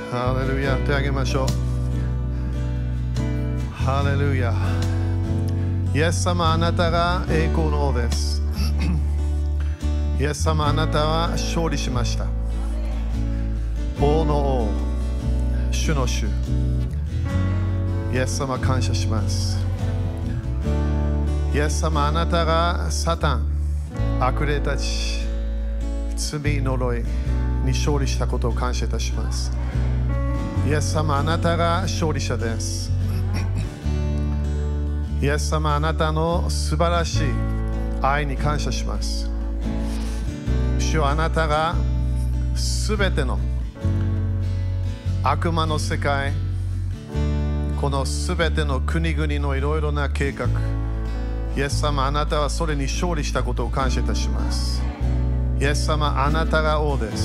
ハレルヤ、手を挙げましょう。ハレルヤ。イエス様、あなたが栄光の王です。イエス様、あなたは勝利しました。王の王、主の主。イエス様、感謝します。イエス様、あなたがサタン、悪霊たち、罪、呪いに勝利したことを感謝いたします。イエス様、あなたが勝利者です。イエス様、あなたの素晴らしい愛に感謝します。主よ、あなたがすべての悪魔の世界、このすべての国々のいろいろな計画、イエス様、あなたはそれに勝利したことを感謝いたします。イエス様、あなたが王です。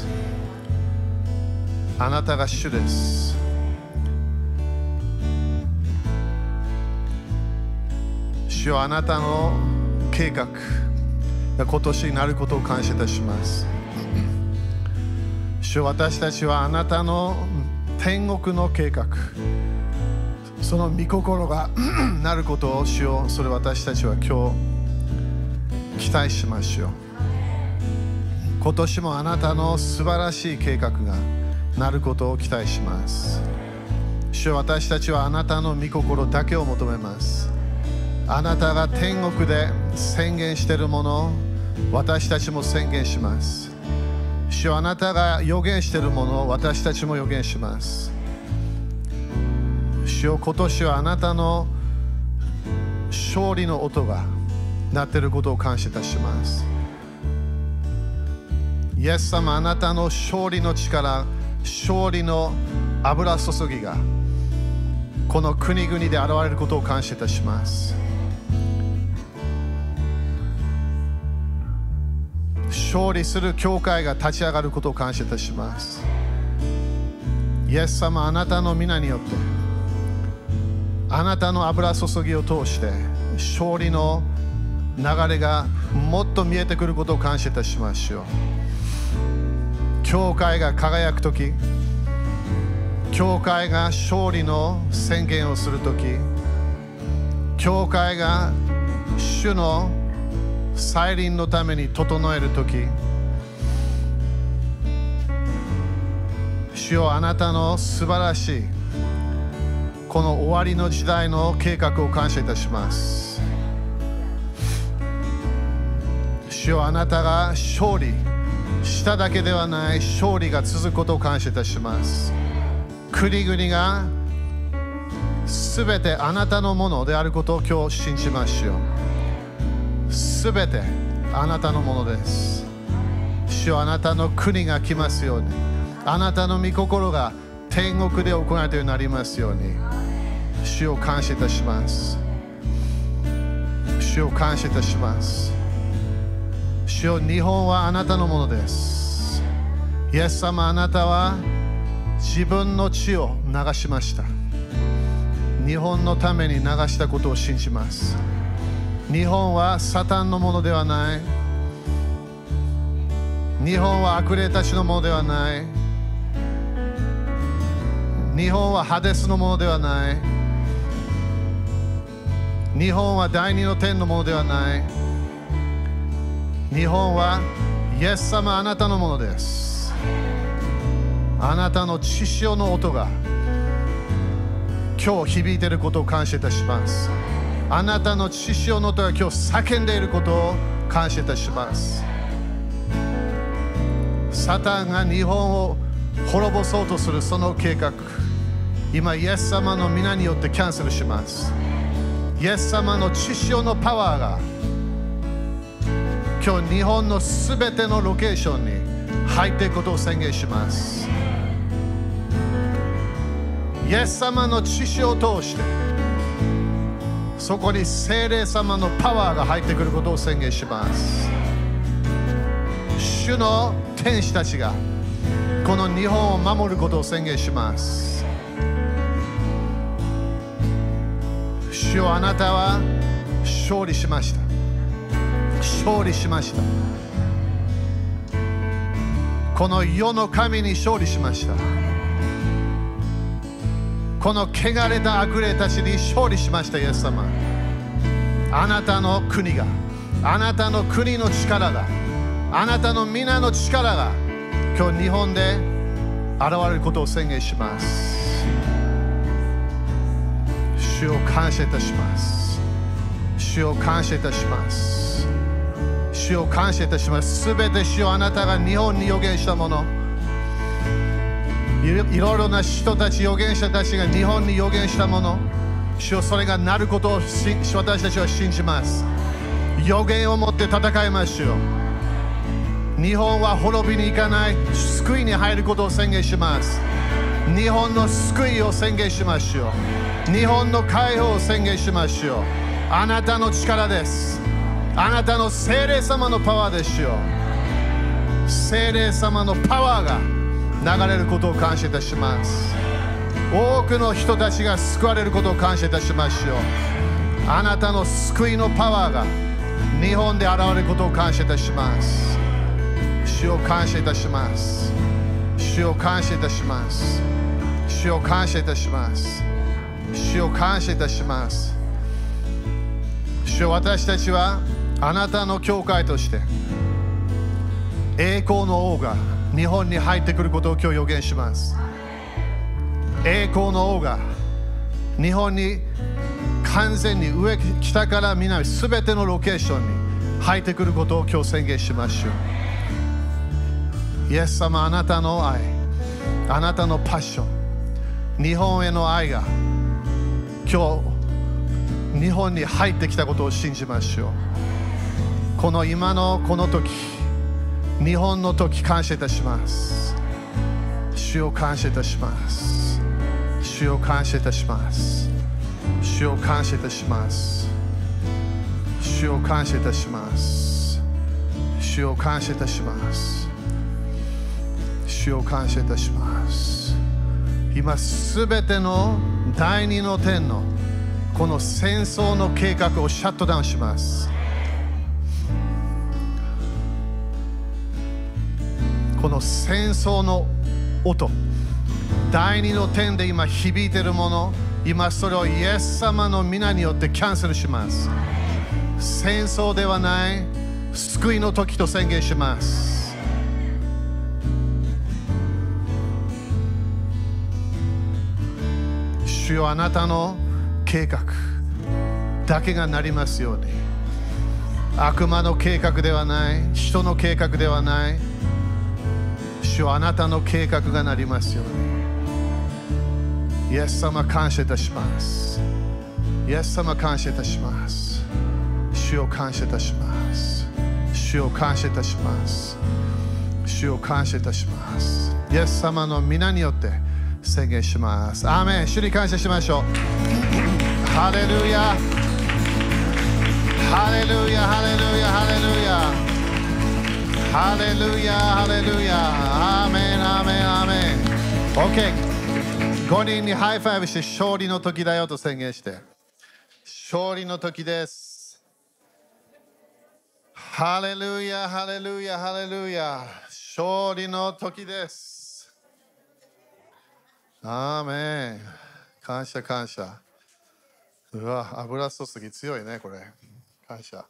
あなたが主です。主よ、あなたの計画が今年になることを感謝いたします。主よ、私たちはあなたの天国の計画、その御心がなることを主よ、それ私たちは今日期待しましょう。今年もあなたの素晴らしい計画がなることを期待します。主よ、私たちはあなたの御心だけを求めます。あなたが天国で宣言しているものを私たちも宣言します。主よ、あなたが予言しているものを私たちも予言します。主よ、今年はあなたの勝利の音が鳴っていることを感謝いたします。イエス様、あなたの勝利の力、勝利の油注ぎがこの国々で現れることを感謝いたします。勝利する教会が立ち上がることを感謝いたします。イエス様、あなたの皆によってあなたの油注ぎを通して勝利の流れがもっと見えてくることを感謝いたしましょう。教会が輝くとき、教会が勝利の宣言をするとき、教会が主の再臨のために整えるとき、主よ、あなたの素晴らしいこの終わりの時代の計画を感謝いたします。主よ、あなたが勝利しただけではない勝利が続くことを感謝いたします。国々がすべてあなたのものであることを今日信じましょう。すべてあなたのものです。主よ、あなたの国が来ますように、あなたの御心が天国で行われるようになりますように、主を感謝いたします。主を感謝いたします。主よ、日本はあなたのものです。イエス様、あなたは自分の血を流しました。日本のために流したことを信じます。日本はサタンのものではない。日本は悪霊たちのものではない。日本はハデスのものではない。日本は第二の天のものではない。日本はイエス様、あなたのものです。あなたの血潮の音が今日響いていることを感謝いたします。あなたの血潮の音が今日叫んでいることを感謝いたします。サタンが日本を滅ぼそうとするその計画、今イエス様の皆によってキャンセルします。イエス様の血潮のパワーが今日日本のすべてのロケーションに入っていくことを宣言します。イエス様の血潮を通してそこに聖霊様のパワーが入ってくることを宣言します。主の天使たちがこの日本を守ることを宣言します。主よ、あなたは勝利しました。勝利しました。この世の神に勝利しました。 この汚れた悪霊たちに勝利しました。イエス様、あなたの国が、あなたの国の力が、あなたの皆の力が今日日本で現れることを宣言します。主を感謝いたします。主を感謝いたします。主を感謝いたします。すべて主をあなたが日本に予言したもの、いろいろな人たち、預言者たちが日本に予言したもの、主よ、それがなることを私たちは信じます。予言を持って戦いましょう。日本は滅びに行かない、救いに入ることを宣言します。日本の救いを宣言しましょう。日本の解放を宣言しましょう。あなたの力です。あなたの聖霊様のパワーですよ。聖霊様のパワーが流れることを感謝いたします。多くの人たちが救われることを感謝いたしましょう。あなたの救いのパワーが日本で現れることを感謝いたします。主を感謝いたします。主を感謝いたします。主を感謝いたします。主を感謝いたします。主よ、私たちはあなたの教会として栄光の王が日本に入ってくることを今日予言します。栄光の王が日本に完全に上、北から南、すべてのロケーションに入ってくることを今日宣言しましょう。イエス様、あなたの愛、あなたのパッション、日本への愛が今日日本に入ってきたことを信じましょう。この今のこの時、日本の時、感謝いたします。主を感謝いたします。主を感謝いたします。主を感謝いたします。主を感謝いたします。主を感謝いたします。主を感謝いたします。今すべての第二の天のこの戦争の計画をシャットダウンします。この戦争の音、第二の天で今響いているもの、今それをイエス様の皆によってキャンセルします。戦争ではない救いの時と宣言します。主よ、あなたの計画だけがなりますように。悪魔の計画ではない、人の計画ではない、主よ、あなたの計画がなりますように。イエス様、感謝いたします。イエス様、感謝いたします。主を感謝いたします。主を感謝いたします。主を感謝いたします。イエス様の皆によって宣言します。アーメン。主に感謝しましょう。ハレルヤ、ハレルヤ、ハレルヤ、ハレルヤ、ハレルヤ、ハレルヤ、アーメン、アーメン、アーメン。OK。5人にハイファイブして勝利の時だよと宣言して、勝利の時です。ハレルヤ、ハレルヤ、ハレルヤ、勝利の時です。アーメン。感謝、感謝。うわ、油注ぎ強いね、これ。感謝。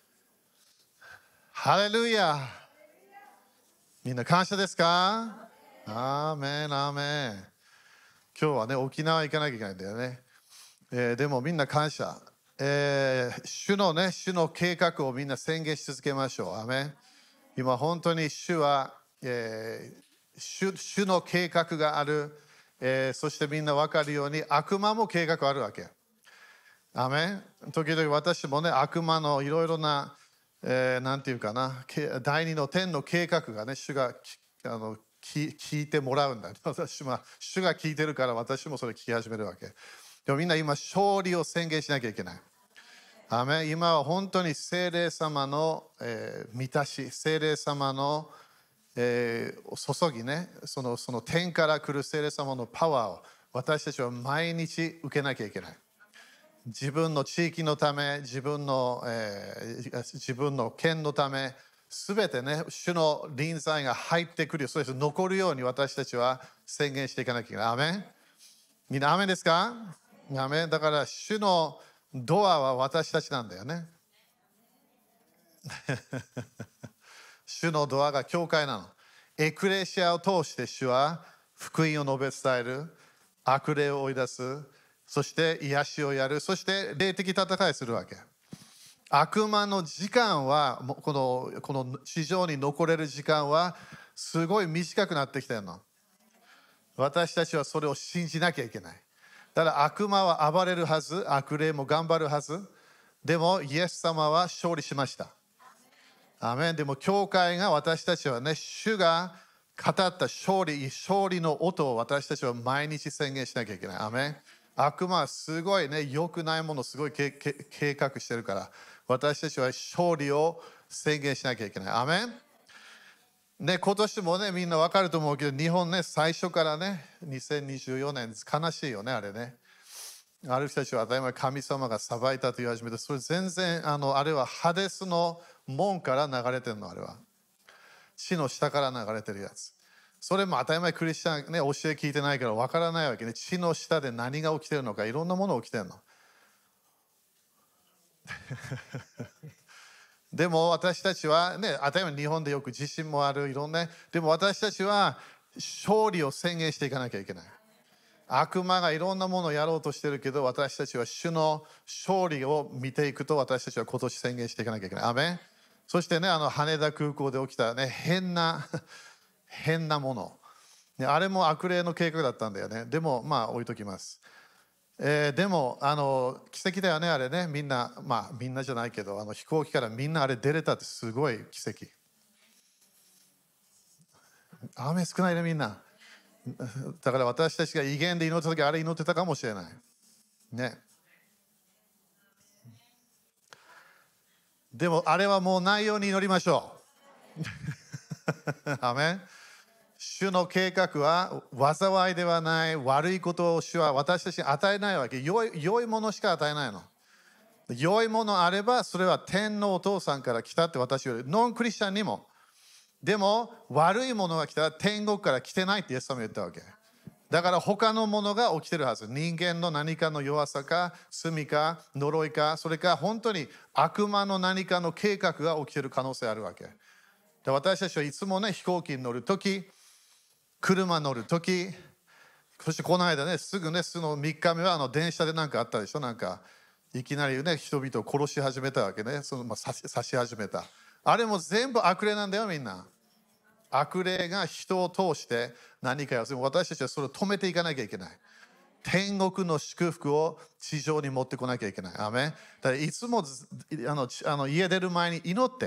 ハレルヤ。みんな感謝ですか？アーメン、アーメン。今日はね、沖縄行かなきゃいけないんだよね。でもみんな感謝。主の計画をみんな宣言し続けましょう。アーメン。今本当に主は、主の計画がある。そしてみんな分かるように悪魔も計画あるわけ。アーメン。時々私もね、悪魔のいろいろな、なんていうかな、第二の天の計画がね、主が聞いてもらうんだ。私は主が聞いてるから私もそれ聞き始めるわけ。でもみんな今勝利を宣言しなきゃいけない。アーメン。今は本当に聖霊様の、満たし、聖霊様の、注ぎね、その天から来る聖霊様のパワーを私たちは毎日受けなきゃいけない。自分の地域のため、自分の県のため、すべてね、主の臨在が入ってくるよ、そして残るように私たちは宣言していかなきゃいけない。アーメン。 みんなアメンですか？アメン。だから主のドアは私たちなんだよね。主のドアが教会なの。エクレシアを通して主は福音を述べ伝える、悪霊を追い出す、そして癒しをやる、そして霊的戦いするわけ。悪魔の時間は、この地上に残れる時間はすごい短くなってきてるの。私たちはそれを信じなきゃいけない。だから悪魔は暴れるはず、悪霊も頑張るはず。でもイエス様は勝利しました。アメン。でも教会が私たちはね、主が語った勝利の音を私たちは毎日宣言しなきゃいけない。アメン。悪魔はすごいね、良くないものをすごい計画してるから、私たちは勝利を宣言しなきゃいけない。アメン。ね、今年もね、みんな分かると思うけど、日本ね、最初からね、2024年、悲しいよね、あれね。ある人たちは当たり前神様が裁いたと言い始めて、それ全然、あれはハデスの門から流れてるの、あれは。地の下から流れてるやつ。それも当たり前クリスチャンね、教え聞いてないから分からないわけね。地の下で何が起きてるのか、いろんなもの起きてるの。でも私たちはね、当たり前日本でよく地震もある、いろんな、でも私たちは勝利を宣言していかなきゃいけない。悪魔がいろんなものをやろうとしてるけど、私たちは主の勝利を見ていくと、私たちは今年宣言していかなきゃいけない。アメン。そしてね、羽田空港で起きたね、変なもの。あれも悪霊の計画だったんだよね。でも、まあ置いときます。でも奇跡だよね、あれね。みんな、まあみんなじゃないけど、飛行機からみんなあれ出れたってすごい奇跡。雨少ないね、みんな。だから私たちが威厳で祈った時、あれ祈ってたかもしれない。ね。でもあれはもうないように祈りましょう。アメン。主の計画は災いではない、悪いことを主は私たちに与えないわけ。良いものしか与えないの。良いものあれば、それは天のお父さんから来たって私より、ノンクリスチャンにも。でも、悪いものが来たら天国から来てないってイエス様言ったわけ。だから他のものが起きてるはず。人間の何かの弱さか、罪か、呪いか、それか本当に悪魔の何かの計画が起きてる可能性あるわけ。で、私たちはいつもね、飛行機に乗るとき、車乗るとき、そしてこの間ね、すぐね、その3日目は電車で何かあったでしょ。なんかいきなりね、人々を殺し始めたわけね。刺し始めた。あれも全部悪霊なんだよ、みんな。悪霊が人を通して何かやる。私たちはそれを止めていかなきゃいけない。天国の祝福を地上に持ってこなきゃいけない。アメン。だからいつも家出る前に祈って、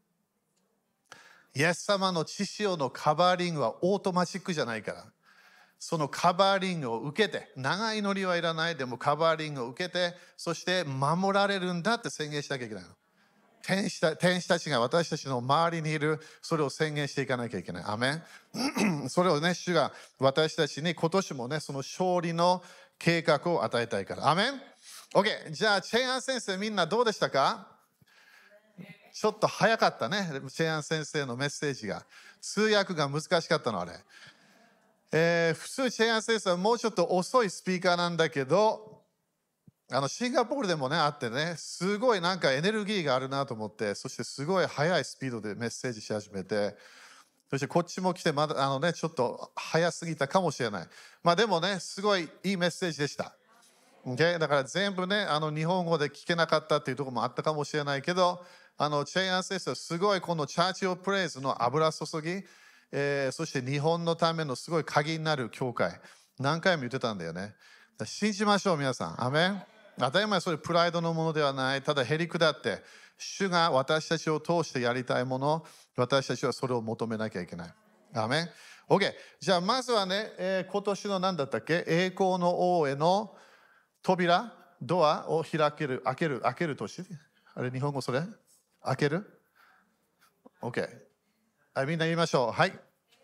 イエス様の血潮のカバーリングはオートマチックじゃないから、そのカバーリングを受けて、長い祈りはいらない、でもカバーリングを受けて、そして守られるんだって宣言しなきゃいけないの。天使たちが私たちの周りにいる、それを宣言していかなきゃいけない。アメン。それをね、主が私たちに今年もね、その勝利の計画を与えたいから。アメン。OK。じゃあ、チェンアン先生、みんなどうでしたか？ちょっと早かったね、チェアン先生のメッセージが。通訳が難しかったの、あれ。普通、チェアン先生はもうちょっと遅いスピーカーなんだけど、シンガポールでもね、あってね、すごいなんかエネルギーがあるなと思って、そしてすごい速いスピードでメッセージし始めて、そしてこっちも来て、まだちょっと早すぎたかもしれない。まあでもね、すごいいいメッセージでした。Okay？ だから全部ね、日本語で聞けなかったっていうところもあったかもしれないけど、チェイアン先生はすごいこのチャーチオブプレイズの油注ぎ、そして日本のためのすごい鍵になる教会、何回も言ってたんだよね。信じましょう、皆さん。アメン。当たり前それプライドのものではない。ただへりくだって、主が私たちを通してやりたいもの、私たちはそれを求めなきゃいけない。アメン。OK。じゃあまずはね、今年の何だったっけ？栄光の王への扉、ドアを開ける、開ける年。あれ、日本語それ？開ける？ OK。はい、みんな言いましょう。はい。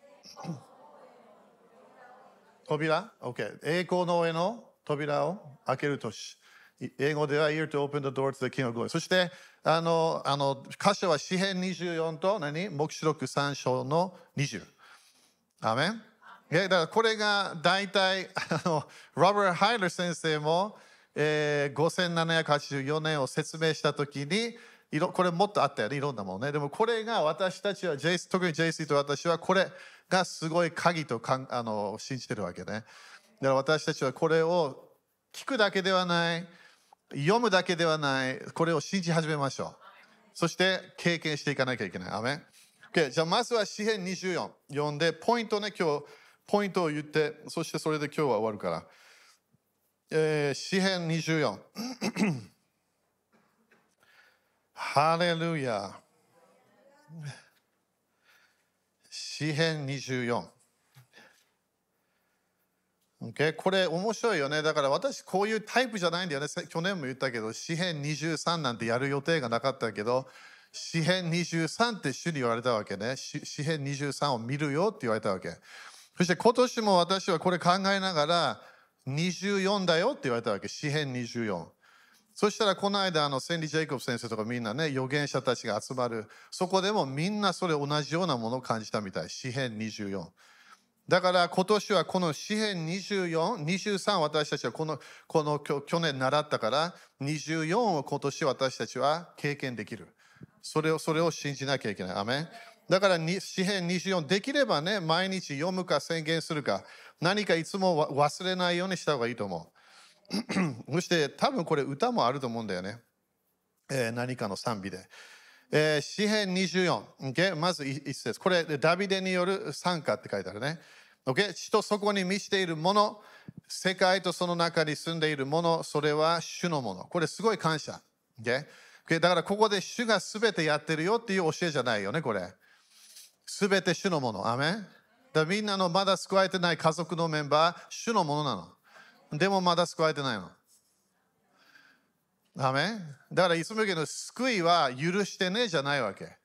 扉？ OK。栄光の王への扉を開ける年。英語では Year to open the door to the King of Glory。そして、箇所は詩編24と黙示録3章の20。アメン。 だからこれが大体ロバート・ハイラー先生も、5784年を説明したときにこれもっとあったよね、いろんなものね。でもこれが私たちは特に JC と私はこれがすごい鍵と信じてるわけね。だから私たちはこれを聞くだけではない、読むだけではない、これを信じ始めましょう。そして経験していかなきゃいけない。アメン。Okay、じゃあまずは詩編24読んで、ポイントね、今日ポイントを言って、そしてそれで今日は終わるから。詩編24。ハレルヤ。詩編24。Okay、これ面白いよね。だから私こういうタイプじゃないんだよね。去年も言ったけど、詩編23なんてやる予定がなかったけど、詩編23って主に言われたわけね。詩編23を見るよって言われたわけ。そして今年も私はこれ考えながら24だよって言われたわけ。詩編24。そしたらこの間センディ・ジェイコブ先生とかみんなね、預言者たちが集まる。そこでもみんなそれ同じようなものを感じたみたい。詩編24。だから今年はこの詩編24、23私たちはこの去年習ったから24を今年私たちは経験できる。それを信じなきゃいけない。アメン。だから詩編24できればね、毎日読むか宣言するか、何かいつも忘れないようにした方がいいと思う。そして多分これ歌もあると思うんだよね。何かの賛美で。詩編24、okay？ まず一節。これダビデによる賛歌って書いてあるね。Okay？ 地とそこに満ちているもの、世界とその中に住んでいるもの、それは主のもの。これすごい感謝。Okay？ だからここで主が全てやってるよっていう教えじゃないよね、これ。全て主のもの。アメン。だからみんなのまだ救われてない家族のメンバー、主のものなの。でもまだ救われてないの。アメン。だからいつも言うけど、救いは許してねじゃないわけ。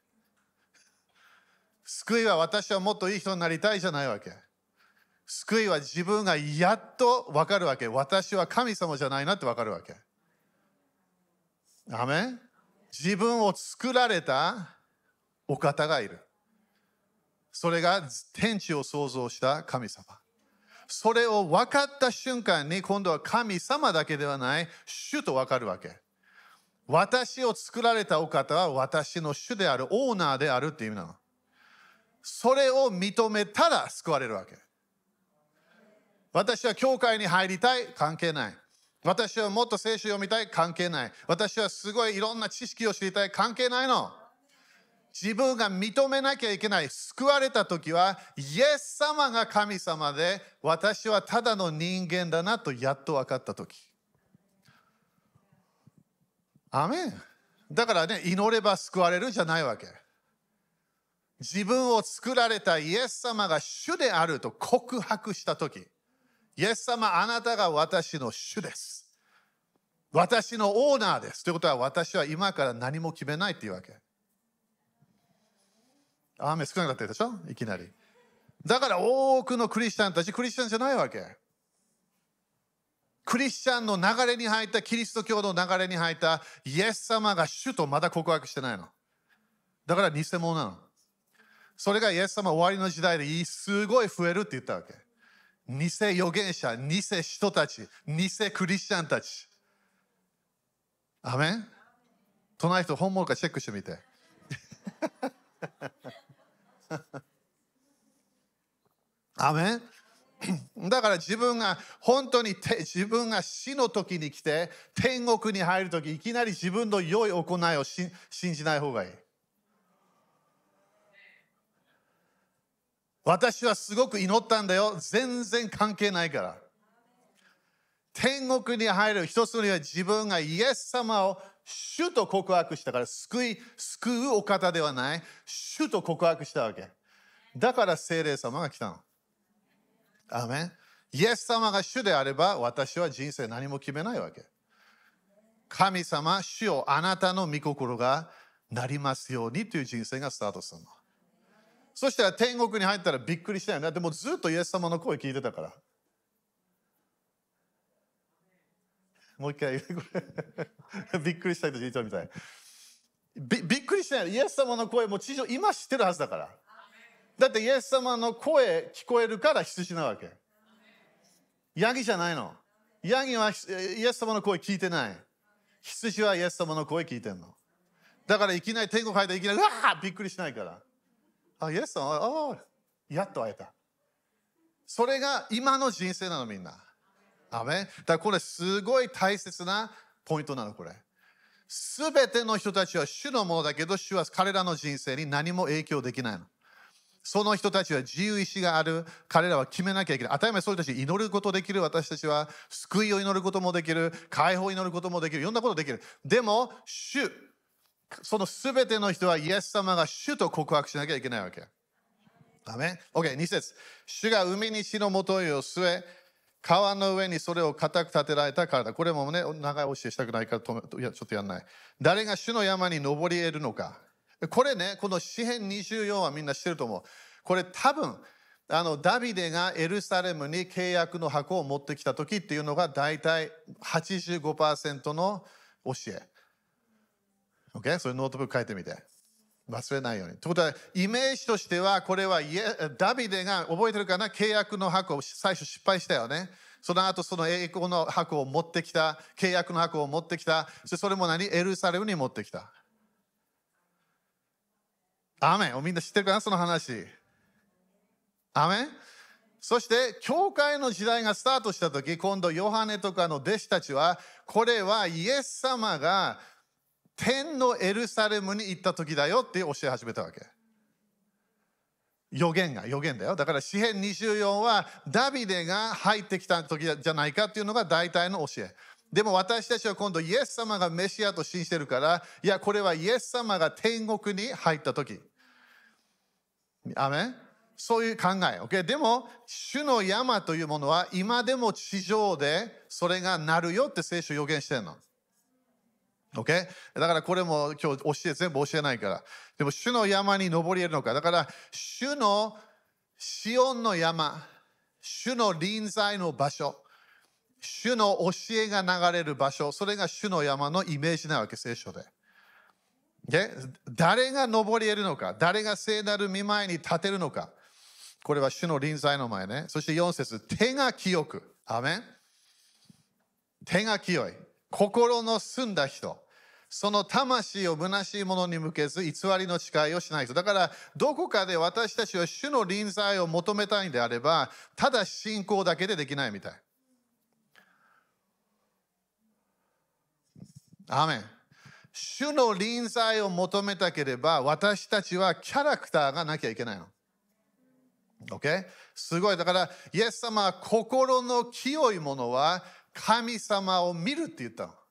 救いは私はもっといい人になりたいじゃないわけ。救いは自分がやっと分かるわけ。私は神様じゃないなって分かるわけ。アメン。自分を作られたお方がいる。それが天地を創造した神様。それを分かった瞬間に今度は神様だけではない主と分かるわけ。私を作られたお方は私の主である、オーナーであるっていう意味なの。それを認めたら救われるわけ。私は教会に入りたい、関係ない。私はもっと聖書を読みたい、関係ない。私はすごいいろんな知識を知りたい、関係ないの。自分が認めなきゃいけない。救われた時はイエス様が神様で、私はただの人間だなとやっと分かった時。アメン。だからね、祈れば救われるじゃないわけ。自分を作られたイエス様が主であると告白した時、イエス様、あなたが私の主です。私のオーナーです。ということは、私は今から何も決めないっていうわけ。アーメン。少なかったでしょ、いきなり。だから多くのクリスチャンたち、クリスチャンじゃないわけ。クリスチャンの流れに入った、キリスト教の流れに入ったイエス様が主とまだ告白してないの。だから偽物なの。それがイエス様終わりの時代ですごい増えるって言ったわけ。偽預言者、偽人たち、偽クリスチャンたち。アメン。隣人本物かチェックしてみて。アメン。だから自分が本当に自分が死の時に来て天国に入る時、いきなり自分の良い行いを信じない方がいい。私はすごく祈ったんだよ。全然関係ないから。天国に入る一つには自分がイエス様を主と告白したから、救うお方ではない主と告白したわけ。だから聖霊様が来たの。アーメン。イエス様が主であれば私は人生何も決めないわけ。神様、主よあなたの御心がなりますようにという人生がスタートするの。そしたら天国に入ったらびっくりしたよね。でもずっとイエス様の声聞いてたから。もう一回びっくりした人言っちゃうみたい。びっくりしたよ。イエス様の声も地上今知ってるはずだから。 だってイエス様の声聞こえるから羊なわけ。ヤギじゃないの。ヤギはイエス様の声聞いてない。羊はイエス様の声聞いてるの。だからいきなり天国入ったらいきなりうわーびっくりしないから。あ、イエス様、やっと会えた。それが今の人生なのみんな。アメン。だからこれすごい大切なポイントなのこれ。すべての人たちは主のものだけど、主は彼らの人生に何も影響できないの。その人たちは自由意志がある。彼らは決めなきゃいけない。当たり前そういう人たち祈ることできる。私たちは救いを祈ることもできる。解放を祈ることもできる。いろんなことできる。でも、そのすべての人はイエス様が主と告白しなきゃいけないわけ。アメン。OK、2節。主が海に血のもといを据え、川の上にそれを固く立てられたからだ。これもね、長い教えしたくないからちょっとやんない。誰が主の山に登り得るのか。これね、この詩編24はみんな知ってると思う。これ多分、ダビデがエルサレムに契約の箱を持ってきた時っていうのが大体 85% の教え。OK? それノートブック書いてみて。忘れないように。ということは、イメージとしては、これはダビデが覚えてるかな、契約の箱を最初失敗したよね。その後、その栄光の箱を持ってきた、契約の箱を持ってきた、それもエルサレムに持ってきた。アーメン。みんな知ってるかな、その話。アーメン。そして、教会の時代がスタートしたとき、今度、ヨハネとかの弟子たちは、これはイエス様が天のエルサレムに行った時だよって教え始めたわけ。予言だよ。だから詩編24はダビデが入ってきた時じゃないかっていうのが大体の教え。でも私たちは今度イエス様がメシアと信じてるから、いや、これはイエス様が天国に入った時。アメン。そういう考え。Okay? でも、主の山というものは今でも地上でそれがなるよって聖書予言してるの。Okay? だからこれも今日全部教えないから。でも主の山に登り得るのか。だから主のシオンの山、主の臨在の場所、主の教えが流れる場所、それが主の山のイメージなわけ、聖書で。誰が登り得るのか、誰が聖なる御前に立てるのか。これは主の臨在の前ね。そして4節、手が清く。アメン。手が清い。心の澄んだ人。その魂を虚しいものに向けず偽りの誓いをしない人。だからどこかで私たちは主の臨在を求めたいんであれば、ただ信仰だけでできないみたい。アーメン。主の臨在を求めたければ、私たちはキャラクターがなきゃいけないの。OK? すごい。だから、イエス様は心の清いものは神様を見るって言ったの。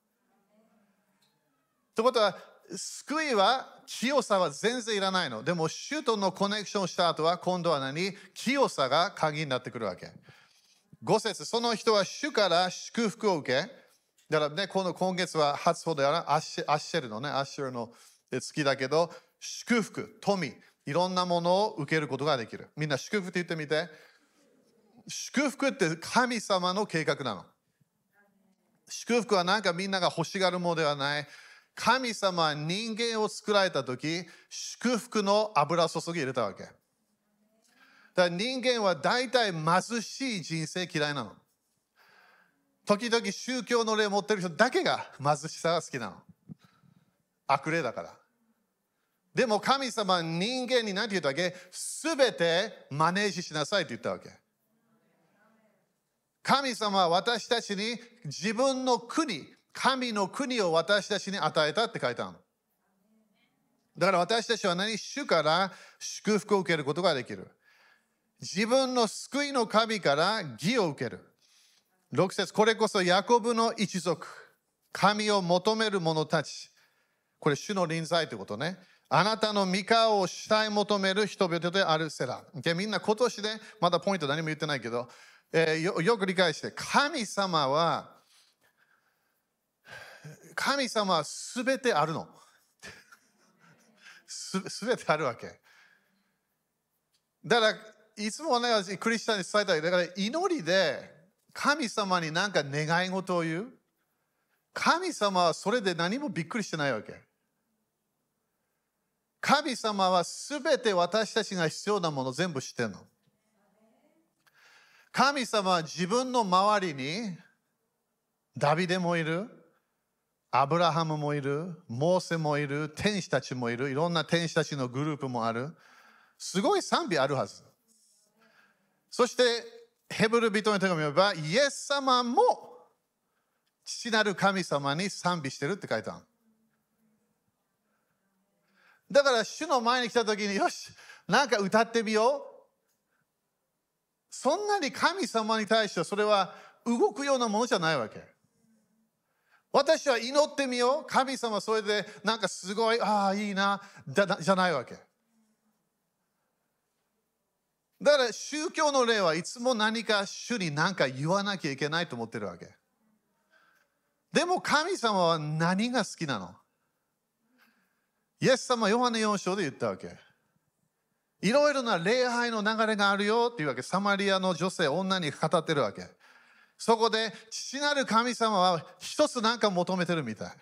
ということは、救いは清さは全然いらないの。でも、主とのコネクションした後は、今度は清さが鍵になってくるわけ。5節、その人は主から祝福を受け、だからね、今月は初ほどやらアッシェルのね、アッシェルの月だけど、祝福、富、いろんなものを受けることができる。みんな祝福って言ってみて。祝福って神様の計画なの。祝福はなんかみんなが欲しがるものではない。神様は人間を作られたとき、祝福の油注ぎ入れたわけ。だから人間は大体貧しい人生嫌いなの。時々宗教の霊持ってる人だけが貧しさが好きなの。悪霊だから。でも神様は人間に何て言ったわけ？すべてマネージしなさいと言ったわけ。神様は私たちに自分の国、神の国を私たちに与えたって書いてあるの。だから私たちは主から祝福を受けることができる。自分の救いの神から義を受ける。6節、これこそヤコブの一族、神を求める者たち。これ主の臨在ということね。あなたの御顔を主体求める人々であるセラ。みんな今年で、まだポイント何も言ってないけど、よく理解して、神様はすべてあるの。すべてあるわけ。だから、いつもね、クリスチャンに伝えたい。だから、祈りで神様に何か願い事を言う。神様はそれで何もびっくりしてないわけ。 神様はすべて私たちが必要なもの全部知ってるの。神様は自分の周りにダビデもいる、アブラハムもいる、モーセもいる、天使たちもいる、いろんな天使たちのグループもある。すごい賛美あるはず。そしてヘブル人の手紙を読めば、イエス様も父なる神様に賛美してるって書いてある。だから主の前に来た時に、よし、なんか歌ってみよう。そんなに神様に対してそれは動くようなものじゃないわけ。私は祈ってみよう。神様それでなんかすごい、ああいいな、じゃないわけ。だから宗教の例はいつも何か主に何か言わなきゃいけないと思ってるわけ。でも神様は何が好きなの？イエス様はヨハネ4章で言ったわけ。いろいろな礼拝の流れがあるよっていうわけ。サマリアの女性、女に語ってるわけ。そこで父なる神様は一つ何か求めてるみたい。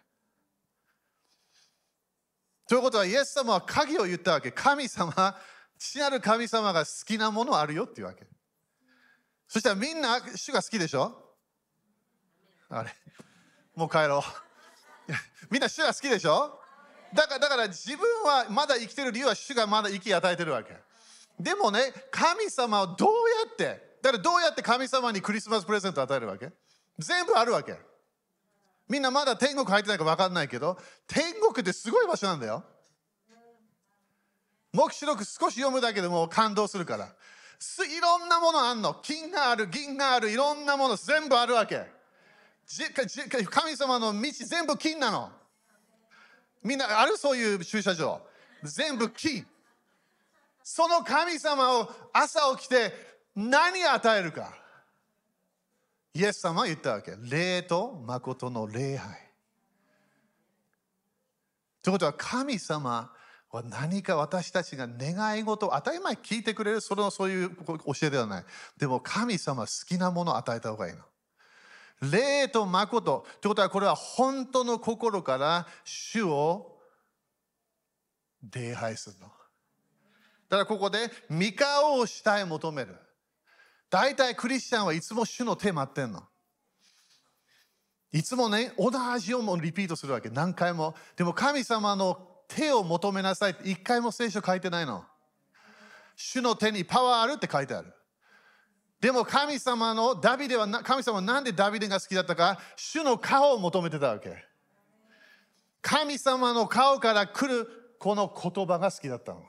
ということはイエス様は鍵を言ったわけ。神様、父なる神様が好きなものあるよっていうわけ。そしたらみんな主が好きでしょ？あれもう帰ろう。みんな主が好きでしょ？だから自分はまだ生きてる理由は主がまだ生き与えてるわけ。でもね、神様はどうやって、だからどうやって神様にクリスマスプレゼントを与えるわけ？全部あるわけ。みんなまだ天国入ってないか分かんないけど、天国ってすごい場所なんだよ。黙示録少し読むだけでも感動するから。いろんなものあんの。金がある、銀がある、いろんなもの全部あるわけ。神様の道全部金なの。みんなある？そういう駐車場全部金。その神様を朝起きて何与えるか。イエス様は言ったわけ。霊と誠の礼拝。ということは神様は何か私たちが願い事を当たり前聞いてくれる、そういう教えではない。でも神様は好きなものを与えた方がいいの。霊と誠ということは、これは本当の心から主を礼拝するの。だからここで御顔を下へ求める。大体クリスチャンはいつも主の手待ってんの。いつもね、同じようにリピートするわけ。何回も。でも神様の手を求めなさいって一回も聖書書いてないの。主の手にパワーあるって書いてある。でも神様はなんでダビデが好きだったか、主の顔を求めてたわけ。神様の顔から来るこの言葉が好きだったの。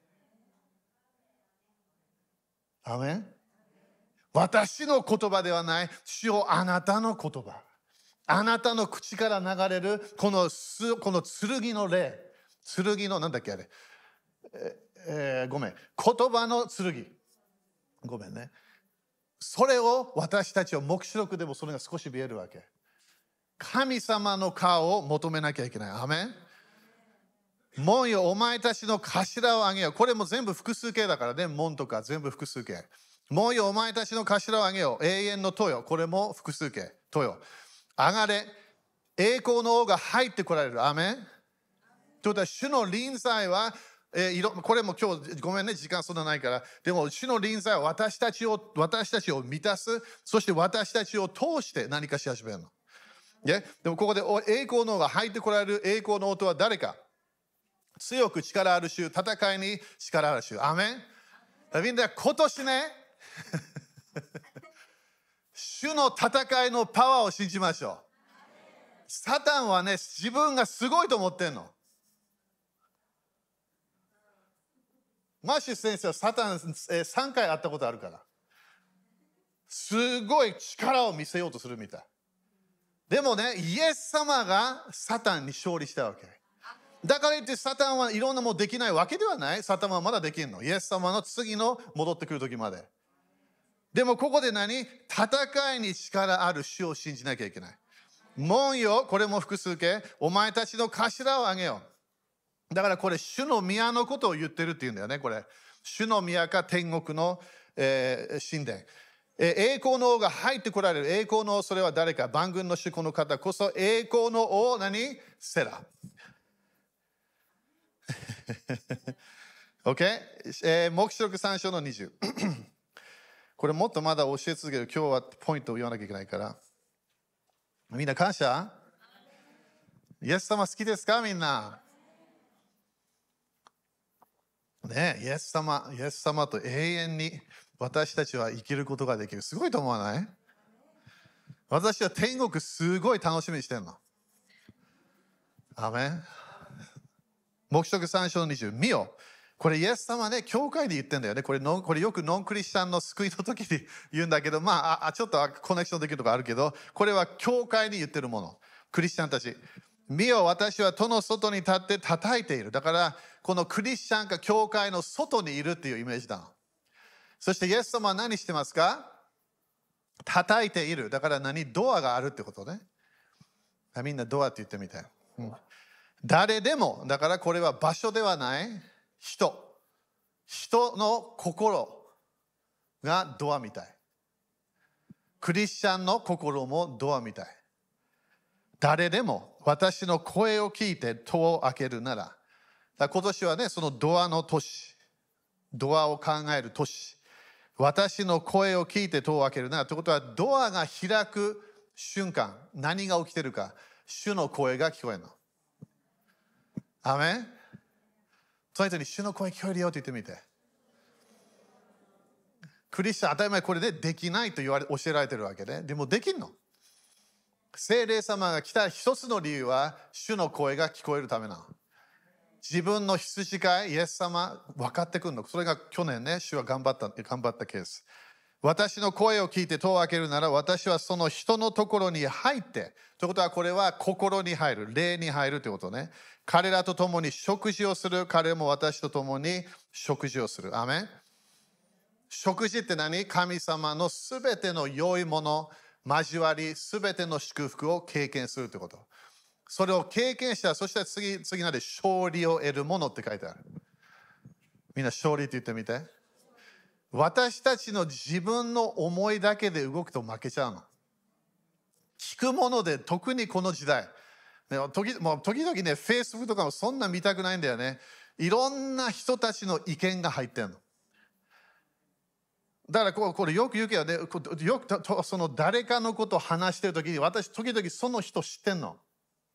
アメン。私の言葉ではない、主よあなたの言葉。あなたの口から流れるこの剣の霊。剣のなんだっけあれ。ごめん。言葉の剣。ごめんね。それを私たちは黙示録でもそれが少し見えるわけ。神様の顔を求めなきゃいけない。アメン。門よ、お前たちの頭をあげよう。これも全部複数形だからね。門とか全部複数形。門よ、お前たちの頭をあげよう。永遠の豊。これも複数形。豊。上がれ。栄光の王が入ってこられる。アメン。ということは、主の臨在は、これも今日ごめんね、時間そんなないから。でも主の臨在は私たちを満たす。そして私たちを通して何かし始めるの。でもここで栄光の王が入ってこられる。栄光の王とは誰か。強く力ある主、戦いに力ある主。アメン。みんな今年ね主の戦いのパワーを信じましょう。サタンはね、自分がすごいと思ってんの。マッシュ先生はサタン3回会ったことあるから、すごい力を見せようとするみたい。でもね、イエス様がサタンに勝利したわけ。だから言ってサタンはいろんなものできないわけではない。サタンはまだできるの。イエス様の次の戻ってくる時まで。でもここで戦いに力ある主を信じなきゃいけない。門よ、これも複数形。お前たちの頭をあげよう。だからこれ主の宮のことを言ってるっていうんだよね。これ主の宮か天国の、神殿。栄光の王が入ってこられる。栄光の王、それは誰か。万軍の主、この方こそ栄光の王。セラ。 OK？黙示録3章の20。これもっとまだ教え続ける。今日はポイントを言わなきゃいけないから。みんな感謝？イエス様好きですかみんな。ねえ、イエス様と永遠に私たちは生きることができる。すごいと思わない？私は天国すごい楽しみにしてるの。アメン。黙示録3章の20。見よ。これイエス様ね、教会で言ってんだよね。これよくノンクリスチャンの救いの時に言うんだけど、ちょっとコネクションできるところあるけど、これは教会に言ってるもの。クリスチャンたち。見よ、私は戸の外に立って叩いている。だから、このクリスチャンか教会の外にいるっていうイメージだの。そしてイエス様は何してますか？叩いている。だからドアがあるってことね。みんなドアって言ってみて。誰でも、だからこれは場所ではない人の心がドアみたい。クリスチャンの心もドアみたい。誰でも私の声を聞いて戸を開けるなら、今年はね、そのドアの年、ドアを考える年、私の声を聞いて戸を開けるならということは、ドアが開く瞬間、何が起きてるか、主の声が聞こえるの。アメン。その人に主の声聞こえるよって言ってみて。クリスチャン当たり前これでできないと教えられてるわけで、でもできんの。聖霊様が来た一つの理由は主の声が聞こえるためなの。自分の羊飼いイエス様分かってくるの。それが去年ね、主は頑張ったケース。私の声を聞いて戸を開けるなら、私はその人のところに入って、ということはこれは心に入る、霊に入るということね。彼らと共に食事をする、彼も私と共に食事をする。アメン。食事って何？神様のすべての良いもの、交わり、すべての祝福を経験するということ。それを経験したら、そしたら次なで勝利を得るものって書いてある。みんな勝利って言ってみて。私たちの自分の思いだけで動くと負けちゃうの。聞くもので、特にこの時代。時々ね、Facebook とかもそんな見たくないんだよね。いろんな人たちの意見が入ってるの。だからこれよく言うけどね、よくその誰かのことを話してるときに、私時々その人知ってんの。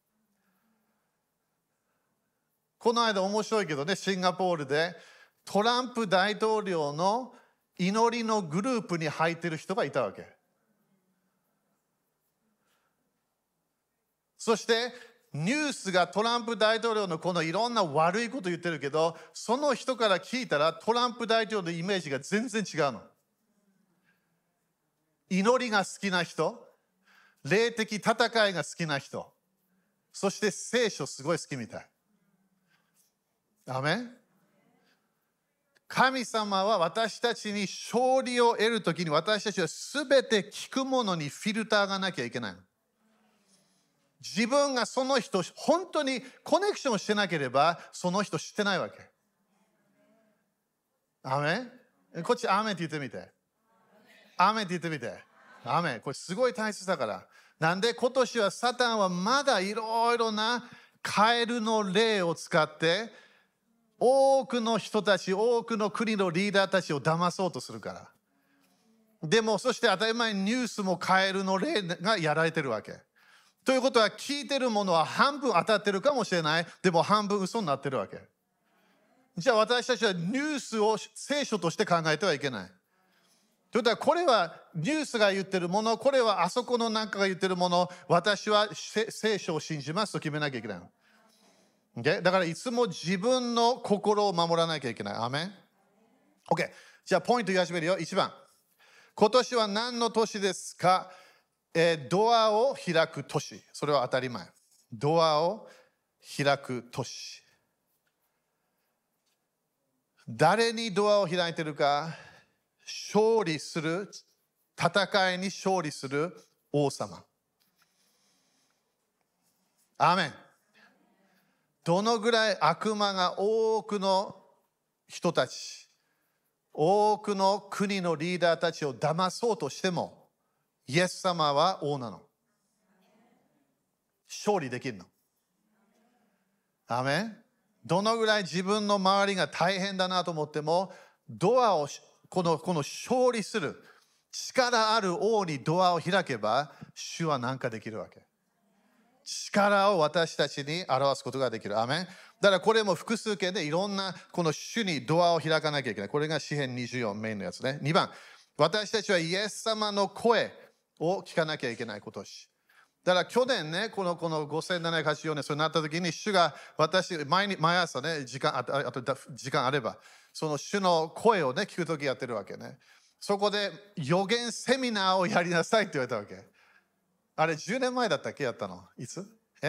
この間面白いけどね、シンガポールでトランプ大統領の祈りのグループに入ってる人がいたわけ。そしてニュースがトランプ大統領のこのいろんな悪いこと言ってるけど、その人から聞いたらトランプ大統領のイメージが全然違うの。祈りが好きな人、霊的戦いが好きな人、そして聖書すごい好きみたい。アメン。神様は私たちに勝利を得るときに、私たちはすべて聞くものにフィルターがなきゃいけない。自分がその人、本当にコネクションしてなければ、その人知ってないわけ。アメン。こっちアメンって言ってみて。アメンって言ってみて。アメン。これすごい大切だから。なんで今年はサタンはまだいろいろなカエルの霊を使って、多くの人たち、多くの国のリーダーたちを騙そうとするから。でも、そして当たり前にニュースもカエルの霊がやられてるわけ。ということは、聞いてるものは半分当たってるかもしれない。でも半分嘘になってるわけ。じゃあ私たちはニュースを聖書として考えてはいけない。ということは、これはニュースが言ってるもの、これはあそこのなんかが言ってるもの、私は聖書を信じますと決めなきゃいけない。Okay? だからいつも自分の心を守らなきゃいけない。アメン。OK。じゃあポイント言い始めるよ。1番。今年は何の年ですか？ドアを開く年。それは当たり前。ドアを開く年。誰にドアを開いてるか？勝利する、戦いに勝利する王様。アーメン。どのぐらい悪魔が多くの人たち、多くの国のリーダーたちを騙そうとしても、イエス様は王なの。勝利できるの。アーメン。 どのぐらい自分の周りが大変だなと思っても、ドアをこの勝利する力ある王にドアを開けば、主は何かできるわけ。力を私たちに表すことができる。アメン。だからこれも複数形でいろんなこの主にドアを開かなきゃいけない。これが詩編24メインのやつね。2番、私たちはイエス様の声を聞かなきゃいけない今年。だから去年ね、この5784年、そうなった時に、主が毎朝ね、時間あれば、その主の声をね、聞く時やってるわけね。そこで予言セミナーをやりなさいって言われたわけ。あれ、10年前だったっけやったのいつ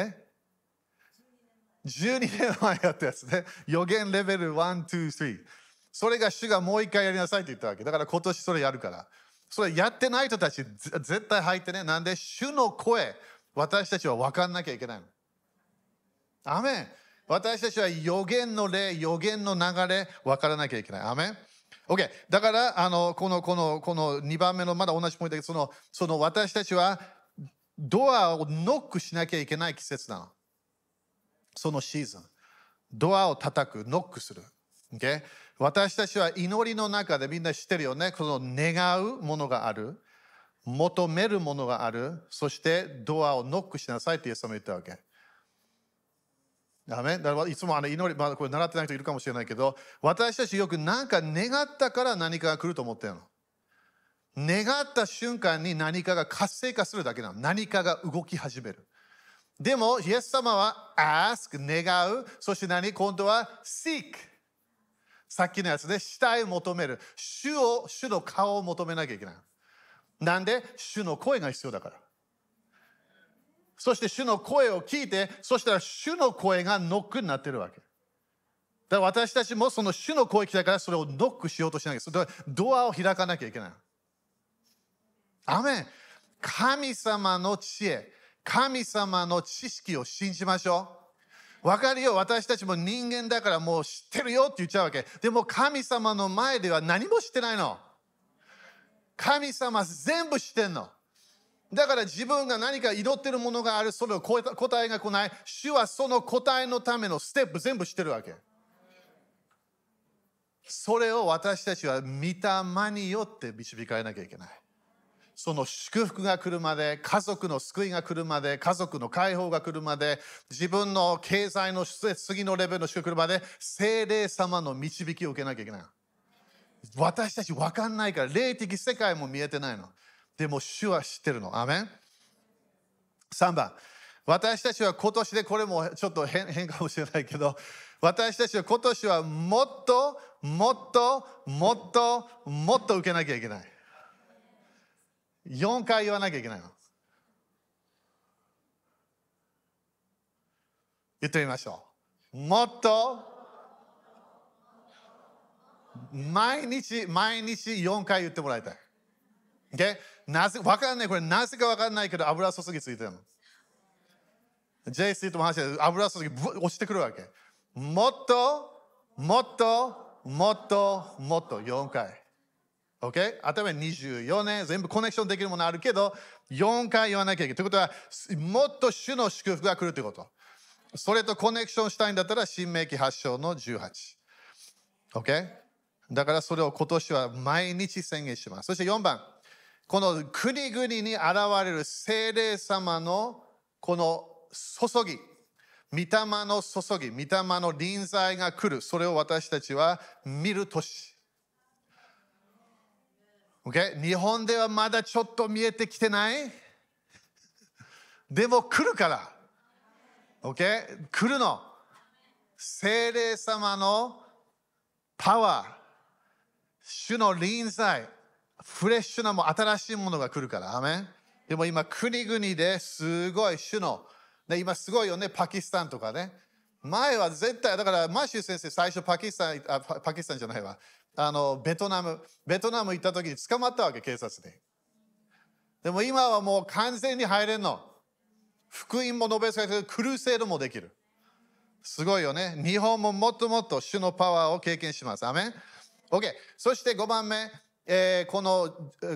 12年前やったやつね。予言レベル1、2、3。それが主がもう一回やりなさいって言ったわけ。だから今年それやるから。それやってない人たち絶対入ってね。なんで主の声、私たちは分かんなきゃいけないの。アメン。私たちは予言の霊、予言の流れ、分からなきゃいけない。アメン。OK。だから、この2番目のまだ同じポイントだけど、その私たちはドアをノックしなきゃいけない季節なの。そのシーズン。ドアを叩く、ノックする。Okay? 私たちは祈りの中でみんな知ってるよね。この願うものがある。求めるものがある。そしてドアをノックしなさいってイエス様言ったわけ。だからいつも祈り、これ習ってない人いるかもしれないけど、私たちよく何か願ったから何かが来ると思ってるの。願った瞬間に何かが活性化するだけなの。何かが動き始める。でも、イエス様は ask、願う、そして今度は seek。さっきのやつで死体を求める。主の顔を求めなきゃいけない。なんで主の声が必要だから。そして主の声を聞いて、そしたら主の声がノックになってるわけ。だから私たちもその主の声聞いたからそれをノックしようとしなきゃいけない。ドアを開かなきゃいけない。アメン。神様の知恵、神様の知識を信じましょう。わかるよ、私たちも人間だからもう知ってるよって言っちゃうわけ。でも神様の前では何も知ってないの。神様全部知ってんの。だから自分が何か祈ってるものがある、それを答えが来ない。主はその答えのためのステップ全部知ってるわけ。それを私たちは御霊によって導かれなきゃいけない。その祝福が来るまで、家族の救いが来るまで、家族の解放が来るまで、自分の経済の次のレベルの祝福が来るまで、聖霊様の導きを受けなきゃいけない。私たち分かんないから、霊的世界も見えてないの。でも主は知ってるの。アメン。3番、私たちは今年で、これもちょっと変かもしれないけど、私たちは今年はもっと受けなきゃいけない。4回言わなきゃいけないの。言ってみましょう。もっと毎日4回言ってもらいたい。Okay? わかんない。これなぜかわかんないけど油注ぎついてるの。JC とも話して油注ぎ落ちてくるわけ。もっと4回。OK? 頭に24年、全部コネクションできるものあるけど、4回言わなきゃいけない。ということは、もっと主の祝福が来るということ。それとコネクションしたいんだったら、新明記8章の18。OK? だからそれを今年は毎日宣言します。そして4番、この国々に現れる聖霊様のこの注ぎ、御霊の注ぎ、御霊の臨在が来る。それを私たちは見る年。Okay? 日本ではまだちょっと見えてきてないでも来るから、okay? 来るの。聖霊様のパワー、主の臨在、フレッシュな新しいものが来るから。アメン。でも今国々ですごい主の、ね、今すごいよね、パキスタンとかね。前は絶対、だからマシュー先生最初パキスタンじゃないわ、ベトナム行った時に捕まったわけ、警察に。でも今はもう完全に入れんの。福音も述べされてる、クルセードもできる。すごいよね。日本ももっともっと主のパワーを経験します。アメン。 OK。 そして5番目、この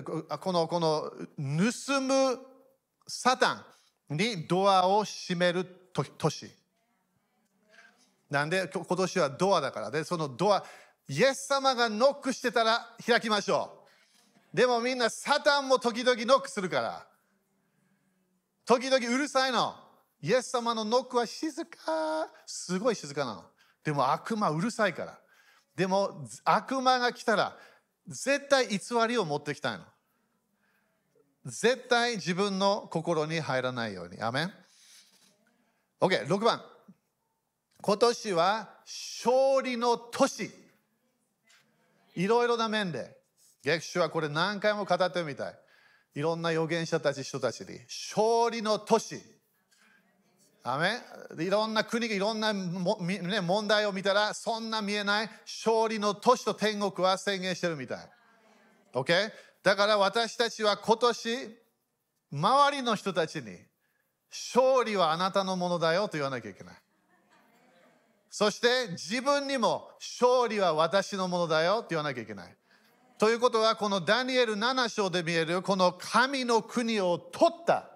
盗むサタンにドアを閉める年。 なんで今年はドアだからで、そのドア、イエス様がノックしてたら開きましょう。でもみんなサタンも時々ノックするから、時々うるさいの。イエス様のノックは静か、すごい静かなの。でも悪魔うるさいから。でも悪魔が来たら絶対偽りを持ってきたいの。絶対自分の心に入らないように。アメン。 OK、 6番。今年は勝利の年。いろいろな面で。主はこれ何回も語ってるみたい。いろんな預言者たち、人たちに。勝利の年。アメン。いろんな国がいろんな問題を見たら、そんな見えない勝利の年と天国は宣言してるみたい。OK？ だから私たちは今年、周りの人たちに、勝利はあなたのものだよと言わなきゃいけない。そして自分にも勝利は私のものだよと言わなきゃいけない。ということは、このダニエル7章で見えるこの神の国を取った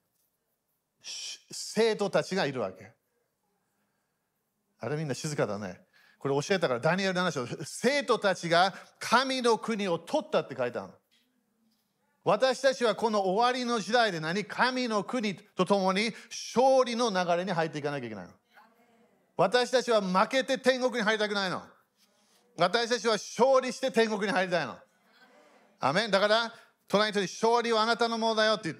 生徒たちがいるわけ。あれみんな静かだね。これ教えたからダニエル7章。生徒たちが神の国を取ったって書いてあるの。私たちはこの終わりの時代で神の国とともに勝利の流れに入っていかなきゃいけないの。私たちは負けて天国に入りたくないの。私たちは勝利して天国に入りたいの。アメン。だから隣の人に勝利はあなたのものだよって言って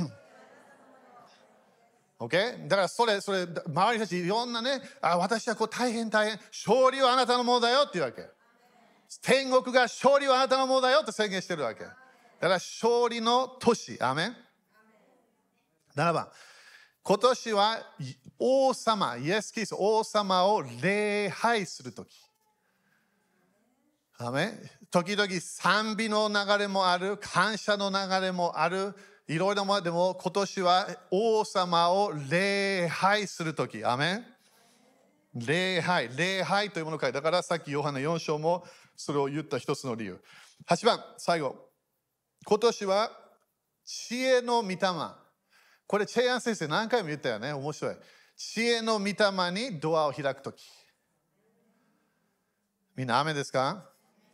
。OK？ だからそれ周りの人たちいろんなね、私はこう大変勝利はあなたのものだよって言うわけ。天国が勝利はあなたのものだよって宣言してるわけ。だから勝利の年。アメン。7番。今年は王様、イエス・キリスト、王様を礼拝するとき。アメン。時々賛美の流れもある、感謝の流れもある、いろいろなでも今年は王様を礼拝するとき。アメン。礼拝というものを書いて、だからさっきヨハネ4章もそれを言った一つの理由。8番、最後。今年は知恵の御霊。これチェイアン先生何回も言ったよね。面白い。知恵の御霊にドアを開くとき。みんな雨ですか？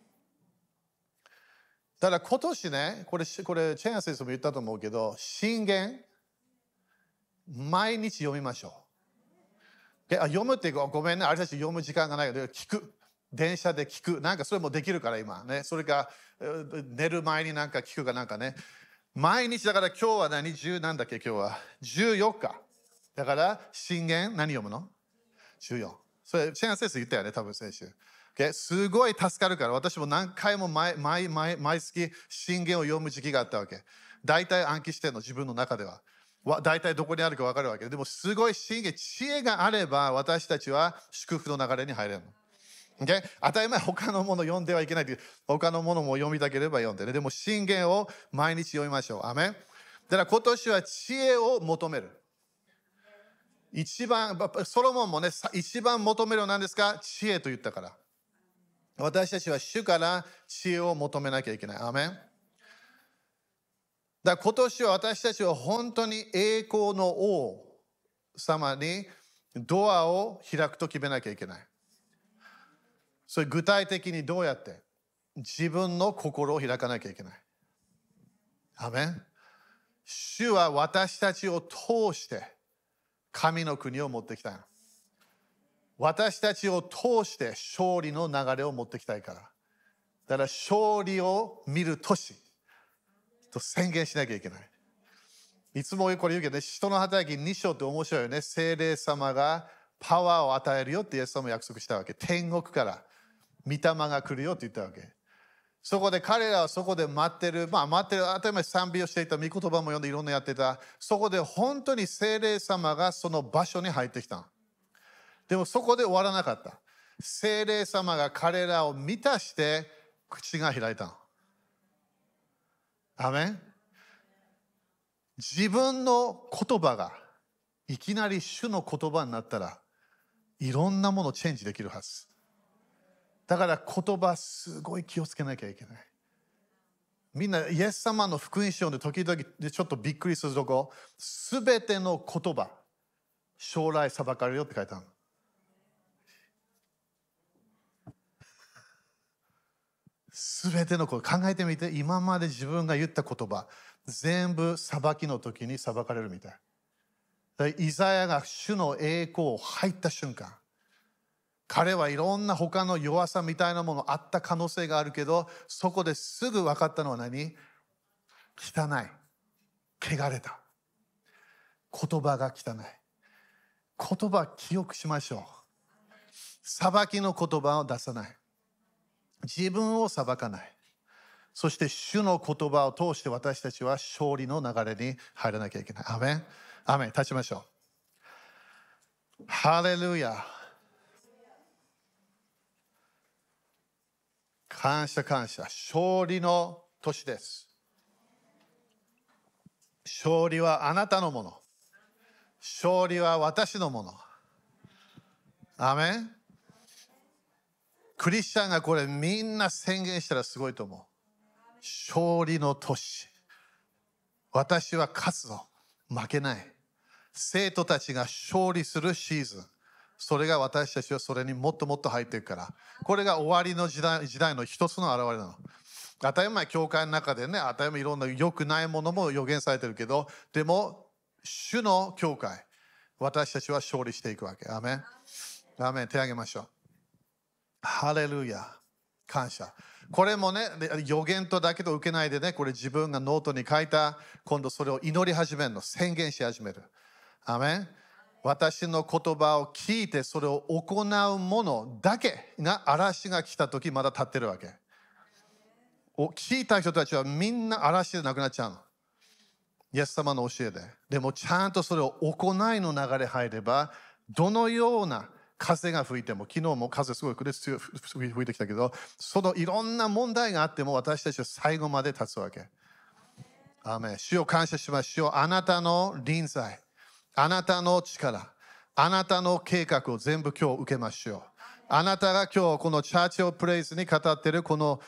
だから今年ね、これチェイアン先生も言ったと思うけど、箴言毎日読みましょう。読むってごめんね、あれたち読む時間がないけど、聞く。電車で聞く。なんかそれもできるから今ね。それか寝る前になんか聞くかなんかね。毎日だから今日はなんだっけ今日は14日。だから箴言何読むの ?14。それチェイアン先生言ったよね、多分先週。すごい助かるから、私も何回も毎月箴言を読む時期があったわけ。大体暗記してるの、自分の中では。大体どこにあるか分かるわけでも、すごい箴言、知恵があれば私たちは祝福の流れに入れるの。当たり前、他のもの読んではいけないという、他のものも読みたければ読んでね。でも箴言を毎日読みましょう。アメン。だから今年は知恵を求める。一番、ソロモンもね、一番求めるのは何ですか？知恵と言ったから。私たちは主から知恵を求めなきゃいけない。アメン。だから今年は私たちは本当に栄光の王様にドアを開くと決めなきゃいけない。それ具体的にどうやって？自分の心を開かなきゃいけない。アメン。主は私たちを通して神の国を持ってきたい。私たちを通して勝利の流れを持ってきたいから。だから勝利を見る年と宣言しなきゃいけない。いつもこれ言うけどね、使徒の働き2章って面白いよね。聖霊様がパワーを与えるよってイエス様も約束したわけ。天国から御霊が来るよって言ったわけ。そこで彼らはそこで待ってる。待ってる。当たり前賛美をしていた。御言葉も読んでいろんなやってた。そこで本当に聖霊様がその場所に入ってきた。でもそこで終わらなかった。聖霊様が彼らを満たして口が開いた。アメン。自分の言葉がいきなり主の言葉になったらいろんなものをチェンジできるはず。だから言葉すごい気をつけなきゃいけない。みんなイエス様の福音書で時々でちょっとびっくりするとこ、すべての言葉将来裁かれるよって書いてある。 すべてのこと考えてみて、今まで自分が言った言葉全部裁きの時に裁かれるみたい。イザヤが主の栄光を入った瞬間、彼はいろんな他の弱さみたいなものあった可能性があるけど、そこですぐ分かったのは何？汚い、汚れた、言葉が汚い。言葉記憶しましょう。裁きの言葉を出さない。自分を裁かない。そして主の言葉を通して私たちは勝利の流れに入らなきゃいけない。アメン。アメン。立ちましょう。ハレルヤ。感謝感謝。勝利の年です。勝利はあなたのもの。勝利は私のもの。アメン。クリスチャンがこれみんな宣言したらすごいと思う。勝利の年。私は勝つぞ。負けない。生徒たちが勝利するシーズン。それが私たちはそれにもっともっと入っていくから。これが終わりの時代の一つの表れなの。当たり前、教会の中でね、当たり前いろんな良くないものも予言されてるけど、でも、主の教会、私たちは勝利していくわけ。アメン。アメン。手を挙げましょう。ハレルヤ。感謝。これもね、予言とだけと受けないでね、これ自分がノートに書いた、今度それを祈り始めるの、宣言し始める。アメン。私の言葉を聞いてそれを行うものだけが嵐が来た時まだ立ってるわけ。聞いた人たちはみんな嵐でなくなっちゃうの。イエス様の教えで。でもちゃんとそれを行いの流れ入れば、どのような風が吹いても、昨日も風すごい強い吹いてきたけど、そのいろんな問題があっても私たちは最後まで立つわけ。アーメン。主を感謝します。主よ、あなたの臨在、あなたの力、あなたの計画を全部今日受けましょう。あなたが今日このチャーチオプレイスに語っているこの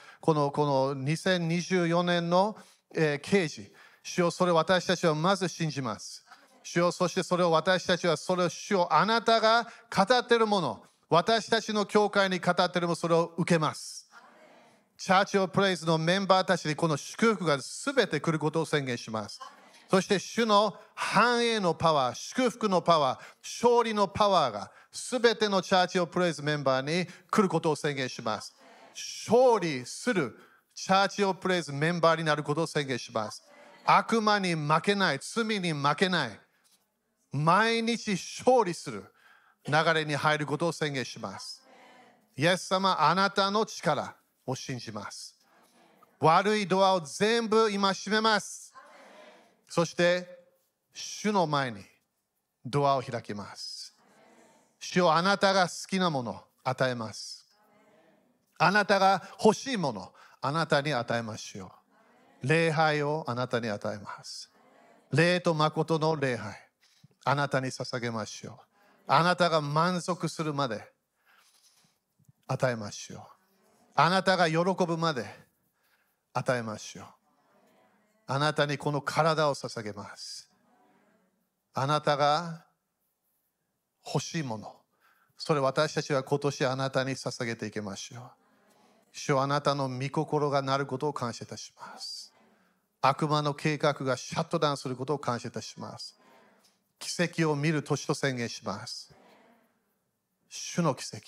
2024年の啓示、主よ、それを私たちはまず信じます。主よ、そしてそれを私たちはそれを主よ、あなたが語っているもの、私たちの教会に語っているもの、それを受けます。チャーチオプレイスのメンバーたちにこの祝福が全て来ることを宣言します。そして主の繁栄のパワー、祝福のパワー、勝利のパワーが全てのチャーチオプレイスメンバーに来ることを宣言します。勝利するチャーチオプレイスメンバーになることを宣言します。悪魔に負けない、罪に負けない、毎日勝利する流れに入ることを宣言します。イエス様、あなたの力を信じます。悪いドアを全部今閉めます。そして主の前にドアを開きます。主よ、あなたが好きなものを与えます。あなたが欲しいものをあなたに与えましょう。礼拝をあなたに与えます。霊と誠の礼拝、あなたに捧げましょう。あなたが満足するまで与えましょう。あなたが喜ぶまで与えましょう。あなたにこの体を捧げます。あなたが欲しいもの、それ私たちは今年あなたに捧げていきましょう。主はあなたの御心がなることを感謝いたします。悪魔の計画がシャットダウンすることを感謝いたします。奇跡を見る年と宣言します。主の奇跡。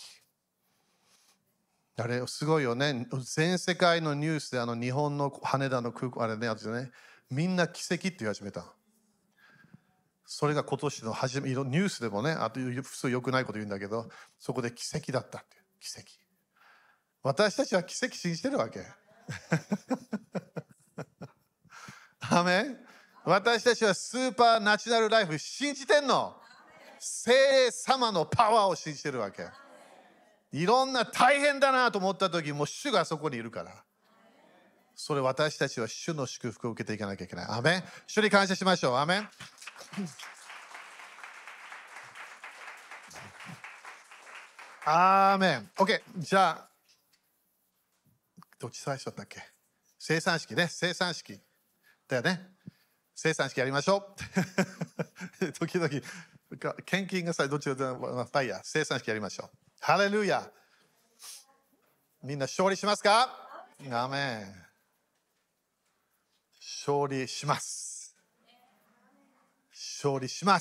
あれすごいよね。全世界のニュースで日本の羽田の空港あれね、みんな奇跡って言い始めた。それが今年のニュースでもね、あと普通良くないこと言うんだけど、そこで奇跡だったっていう奇跡。私たちは奇跡信じてるわけ。アメン。私たちはスーパーナチュラルライフ信じてんの。聖霊様のパワーを信じてるわけ。いろんな大変だなと思った時も主がそこにいるから、それ私たちは主の祝福を受けていかなきゃいけない。アメン。主に感謝しましょう。アメン。アーメン。 OK。 じゃあどっち最初だったっけ。生産式ね。生産式だよね。生産式やりましょう。時々献金がさ、どっちだ、まあいいや、生産式やりましょう。ハレルヤ。みんな勝利しますか？ アメン。勝利します。勝利します。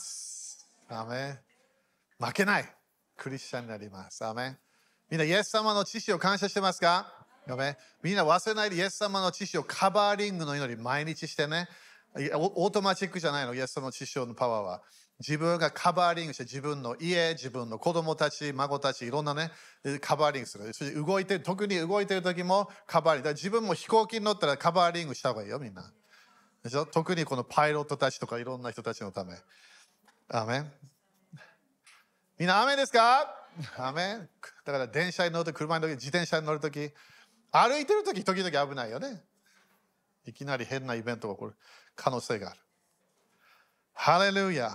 アメン。負けないクリスチャンになります。アメン。みんなイエス様の知識を感謝してますか？アメン。みんな忘れないでイエス様の知識をカバーリングの祈り毎日してね。オートマチックじゃないの、イエス様の知識のパワーは。自分がカバーリングして自分の家、自分の子供たち、孫たち、いろんなね、カバーリングする。そして動いてる、特に動いてる時もカバーリング。だから自分も飛行機に乗ったらカバーリングした方がいいよ、みんな。でしょ？特にこのパイロットたちとかいろんな人たちのため。アメン。みんなアメンですか？アメン。だから電車に乗るとき、車に乗るとき、自転車に乗るとき、歩いてるとき、時々危ないよね。いきなり変なイベントが起こる可能性がある。ハレルヤ。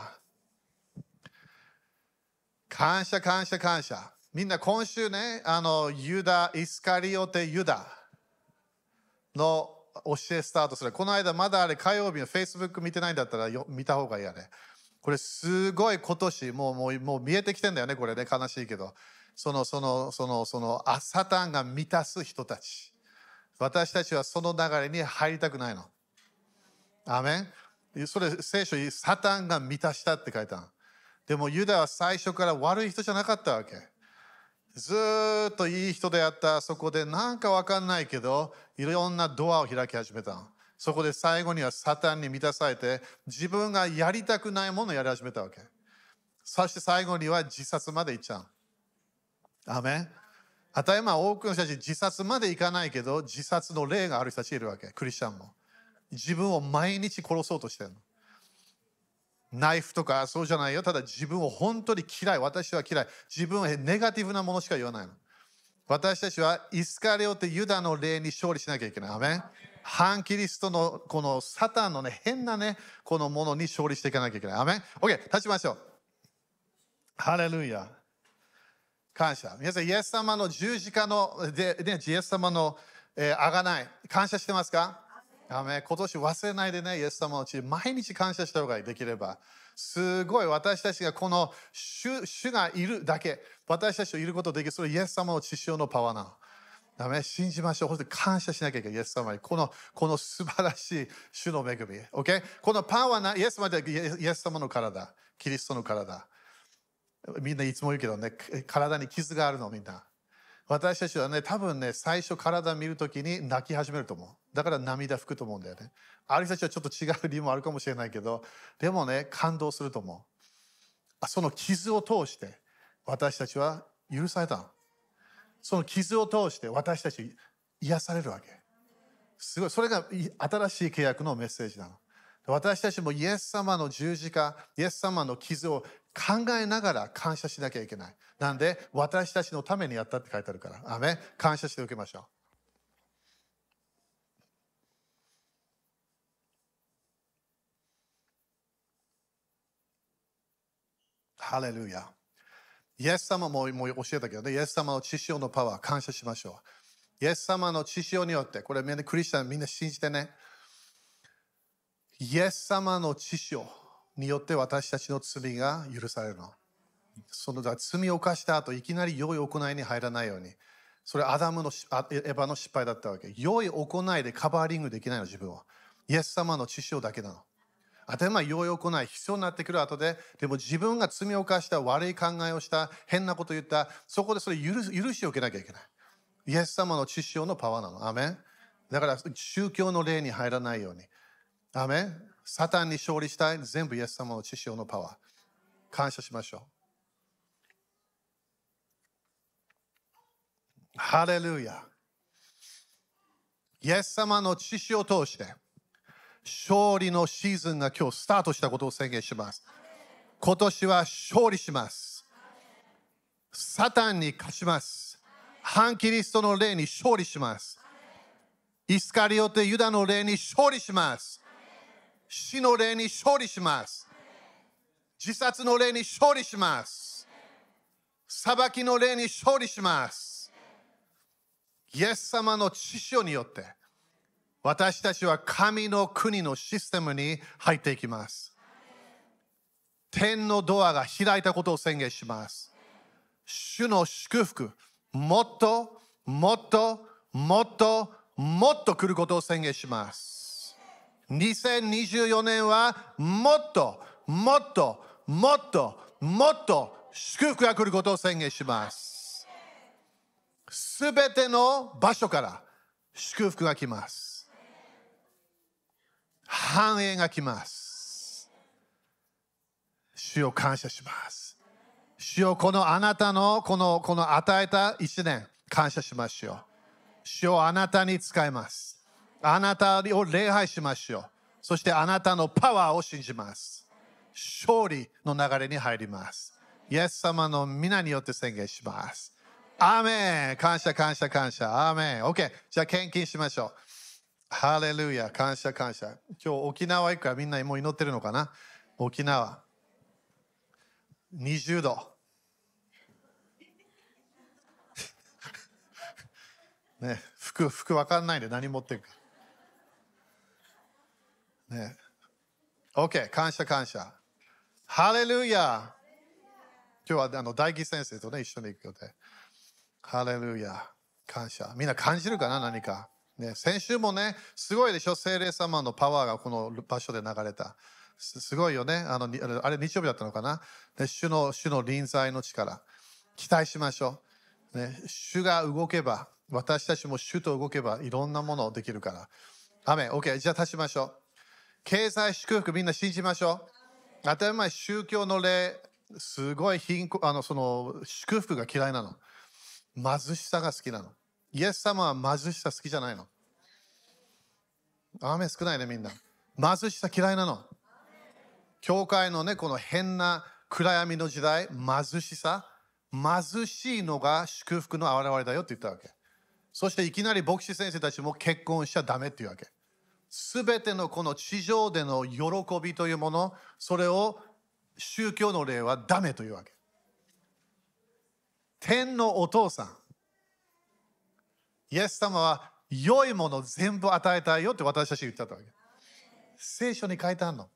感謝感謝感謝。みんな今週ね、ユダ、イスカリオテユダの教えスタートする。この間まだあれ火曜日の Facebook 見てないんだったら見た方がいいやね。これすごい今年もう見えてきてんだよね、これね、悲しいけど。サタンが満たす人たち。私たちはその流れに入りたくないの。アメン。それ聖書にサタンが満たしたって書いたの。でもユダは最初から悪い人じゃなかったわけ。ずーっといい人であった。そこでなんかわかんないけど、いろんなドアを開き始めたの。そこで最後にはサタンに満たされて、自分がやりたくないものをやり始めたわけ。そして最後には自殺まで行っちゃう。アメン。当たり前多くの人たち自殺までいかないけど、自殺の例がある人たちいるわけ。クリスチャンも。自分を毎日殺そうとしてるの。ナイフとかそうじゃないよ。ただ自分を本当に嫌い。私は嫌い。自分はネガティブなものしか言わないの。私たちはイスカリオテユダの霊に勝利しなきゃいけない。アメン。反キリストのこのサタンのね、変なね、このものに勝利していかなきゃいけない。アメン。OK、立ちましょう。ハレルヤ。感謝。皆さん、イエス様の十字架の、イエス様のあがない、感謝してますか？アメン。今年忘れないでね、イエス様の血、毎日感謝した方がいい、できれば。すごい私たちがこの主がいるだけ、私たちといることできる、それイエス様の血潮のパワーなの。ダメ、信じましょう。本当に感謝しなきゃいけない、イエス様に。この素晴らしい主の恵み。OK？ このパワーな、イエス様でイエス様の体、キリストの体。みんないつも言うけどね、体に傷があるの、みんな。私たちはね、多分ね、最初体見るときに泣き始めると思う。だから涙拭くと思うんだよね。ある人たちはちょっと違う理由もあるかもしれないけど、でもね、感動すると思う。その傷を通して、私たちは許されたの。その傷を通して私たち癒されるわけ。すごい。それが新しい契約のメッセージなの。私たちもイエス様の十字架、イエス様の傷を考えながら感謝しなきゃいけない。なんで、私たちのためにやったって書いてあるから。アメン。感謝しておきましょう。ハレルヤ。イエス様も教えたけどね、イエス様の血潮のパワー、感謝しましょう。イエス様の血潮によって、これみんなクリスチャンみんな信じてね。イエス様の血潮によって私たちの罪が許されるの。その罪を犯した後、いきなり良い行いに入らないように。それエヴァの失敗だったわけ。良い行いでカバーリングできないの、自分は。イエス様の血潮だけなの。当たり前、良い行い必要になってくる後で、でも自分が罪を犯した、悪い考えをした、変なことを言った、そこでそれ許しを受けなきゃいけない。イエス様の血潮のパワーなの。アメン。だから宗教の霊に入らないように。アメン。サタンに勝利したい、全部イエス様の血潮のパワー。感謝しましょう。ハレルヤ。イエス様の血潮を通して、勝利のシーズンが今日スタートしたことを宣言します。今年は勝利します。サタンに勝ちます。反キリストの霊に勝利します。イスカリオテユダの霊に勝利します。死の霊に勝利します。自殺の霊に勝利します。裁きの霊に勝利します。イエス様の血潮によって私たちは神の国のシステムに入っていきます。天のドアが開いたことを宣言します。主の祝福、もっともっともっともっと来ることを宣言します。2024年はもっともっともっともっと祝福が来ることを宣言します。すべての場所から祝福が来ます。繁栄が来ます。主を感謝します。主よ、このあなたのこの与えた一年感謝しましょう。主をあなたに使います。あなたを礼拝しましょう。そしてあなたのパワーを信じます。勝利の流れに入ります。イエス様の皆によって宣言します。アーメン。感謝感謝感謝。アーメン。OK。じゃあ献金しましょう。ハレルヤ。感謝感謝。今日沖縄行くからみんなもう祈ってるのかな。沖縄。20度。ね、服わかんないで何持ってるか。ね。OK。感謝感謝。ハレルヤ。今日は大吉先生とね、一緒に行く予定。ハレルヤ。感謝。みんな感じるかな、何か。ね、先週もね、すごいでしょ、聖霊様のパワーがこの場所で流れた。すごいよね。あれ日曜日だったのかな。ね、主の臨在の力。期待しましょう。ね、主が動けば、私たちも主と動けばいろんなものできるから。アメン。OK。じゃあ立ちましょう。経済祝福みんな信じましょう。当たり前、宗教の例、すごい貧困、その祝福が嫌いなの。貧しさが好きなの。イエス様は貧しさ好きじゃないの。アーメン少ないね、みんな。貧しさ嫌いなの。教会のね、この変な暗闇の時代、貧しさ、貧しいのが祝福の現れだよって言ったわけ。そしていきなり牧師先生たちも結婚しちゃダメっていうわけ。すべてのこの地上での喜びというもの、それを宗教の例はダメというわけ。天のお父さん、イエス様は良いもの全部与えたいよって私たち言ってたわけ。聖書に書いてあるの。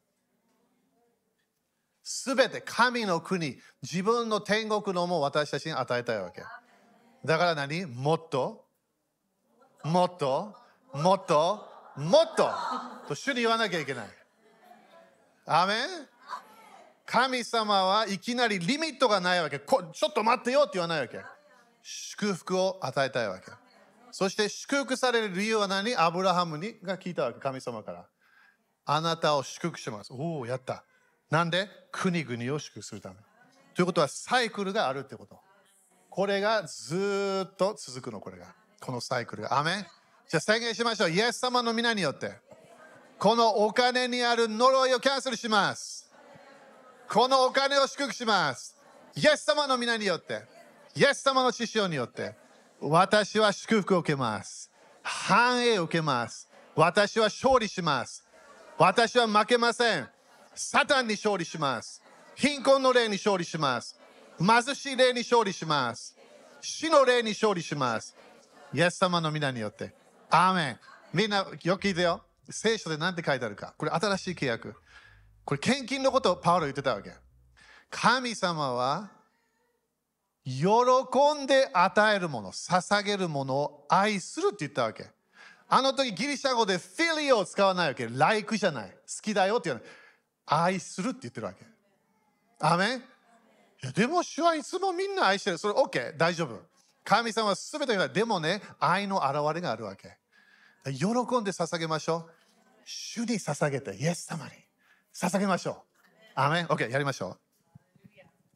すべて神の国、自分の天国のも私たちに与えたいわけ。だから何？もっともっともっともっとと主に言わなきゃいけない。アーメン。神様はいきなりリミットがないわけ。ちょっと待ってよって言わないわけ。祝福を与えたいわけ。そして祝福される理由は何？アブラハムが聞いたわけ。神様から。あなたを祝福します。おお、やった。なんで？国々を祝福するため。ということはサイクルがあるってこと。これがずっと続くの、これが。このサイクルが。アメン。じゃあ宣言しましょう。イエス様の皆によって。このお金にある呪いをキャンセルします。このお金を祝福します。イエス様の皆によって。イエス様の師匠によって。私は祝福を受けます。繁栄を受けます。私は勝利します。私は負けません。サタンに勝利します。貧困の霊に勝利します。貧しい霊に勝利します。死の霊に勝利します。イエス様の皆によって。アーメン。みんなよく聞いてよ。聖書で何て書いてあるか。これ新しい契約。これ献金のことをパウロ言ってたわけ。神様は喜んで与えるもの、捧げるものを愛するって言ったわけ。あの時ギリシャ語でフィリオを使わないわけ。like じゃない。好きだよって言うの。愛するって言ってるわけ。アーメン。いやでも主はいつもみんな愛してる。それ OK。大丈夫。神様は全て言う。でもね、愛の現れがあるわけ。喜んで捧げましょう。主に捧げて、イエス様に捧げましょう。アーメン。OK。やりましょう。